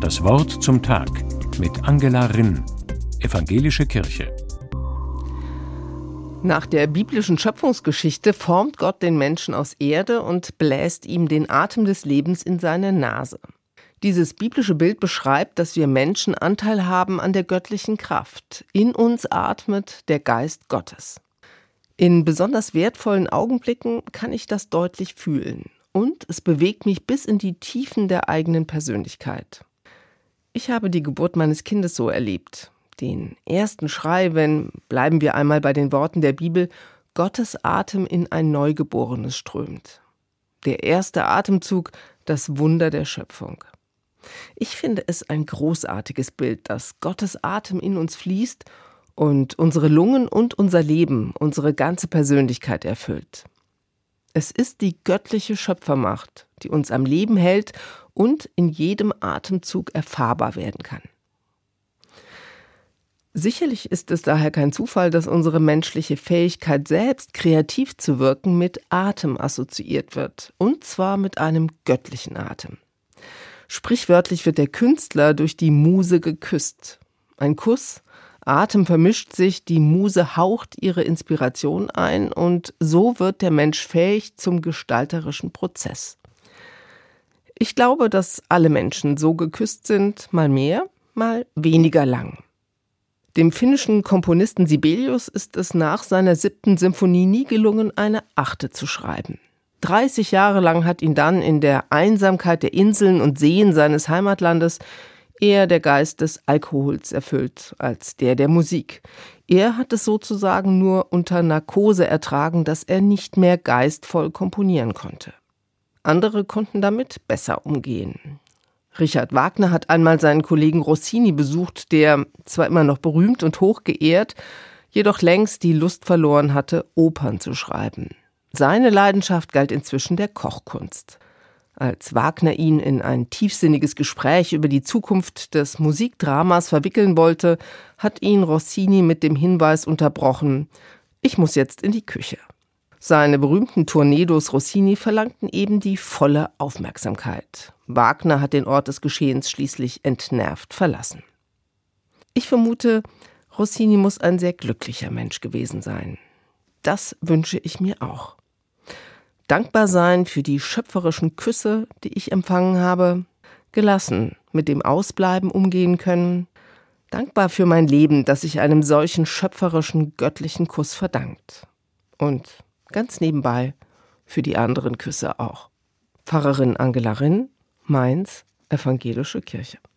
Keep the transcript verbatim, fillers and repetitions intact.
Das Wort zum Tag mit Angela Rinn, Evangelische Kirche. Nach der biblischen Schöpfungsgeschichte formt Gott den Menschen aus Erde und bläst ihm den Atem des Lebens in seine Nase. Dieses biblische Bild beschreibt, dass wir Menschen Anteil haben an der göttlichen Kraft. In uns atmet der Geist Gottes. In besonders wertvollen Augenblicken kann ich das deutlich fühlen. Und es bewegt mich bis in die Tiefen der eigenen Persönlichkeit. Ich habe die Geburt meines Kindes so erlebt. Den ersten Schrei, wenn, bleiben wir einmal bei den Worten der Bibel, Gottes Atem in ein Neugeborenes strömt. Der erste Atemzug, das Wunder der Schöpfung. Ich finde es ein großartiges Bild, dass Gottes Atem in uns fließt und unsere Lungen und unser Leben, unsere ganze Persönlichkeit erfüllt. Es ist die göttliche Schöpfermacht, die uns am Leben hält und in jedem Atemzug erfahrbar werden kann. Sicherlich ist es daher kein Zufall, dass unsere menschliche Fähigkeit, selbst kreativ zu wirken, mit Atem assoziiert wird, und zwar mit einem göttlichen Atem. Sprichwörtlich wird der Künstler durch die Muse geküsst. Ein Kuss, Atem vermischt sich, die Muse haucht ihre Inspiration ein und so wird der Mensch fähig zum gestalterischen Prozess. Ich glaube, dass alle Menschen so geküsst sind, mal mehr, mal weniger lang. Dem finnischen Komponisten Sibelius ist es nach seiner siebten Symphonie nie gelungen, eine achte zu schreiben. dreißig Jahre lang hat ihn dann in der Einsamkeit der Inseln und Seen seines Heimatlandes eher der Geist des Alkohols erfüllt als der der Musik. Er hat es sozusagen nur unter Narkose ertragen, dass er nicht mehr geistvoll komponieren konnte. Andere konnten damit besser umgehen. Richard Wagner hat einmal seinen Kollegen Rossini besucht, der zwar immer noch berühmt und hoch geehrt, jedoch längst die Lust verloren hatte, Opern zu schreiben. Seine Leidenschaft galt inzwischen der Kochkunst. Als Wagner ihn in ein tiefsinniges Gespräch über die Zukunft des Musikdramas verwickeln wollte, hat ihn Rossini mit dem Hinweis unterbrochen: Ich muss jetzt in die Küche. Seine berühmten Tornados Rossini verlangten eben die volle Aufmerksamkeit. Wagner hat den Ort des Geschehens schließlich entnervt verlassen. Ich vermute, Rossini muss ein sehr glücklicher Mensch gewesen sein. Das wünsche ich mir auch. Dankbar sein für die schöpferischen Küsse, die ich empfangen habe, gelassen mit dem Ausbleiben umgehen können, dankbar für mein Leben, das sich einem solchen schöpferischen, göttlichen Kuss verdankt. Und ganz nebenbei für die anderen Küsse auch. Pfarrerin Angela Rinn, Mainz, Evangelische Kirche.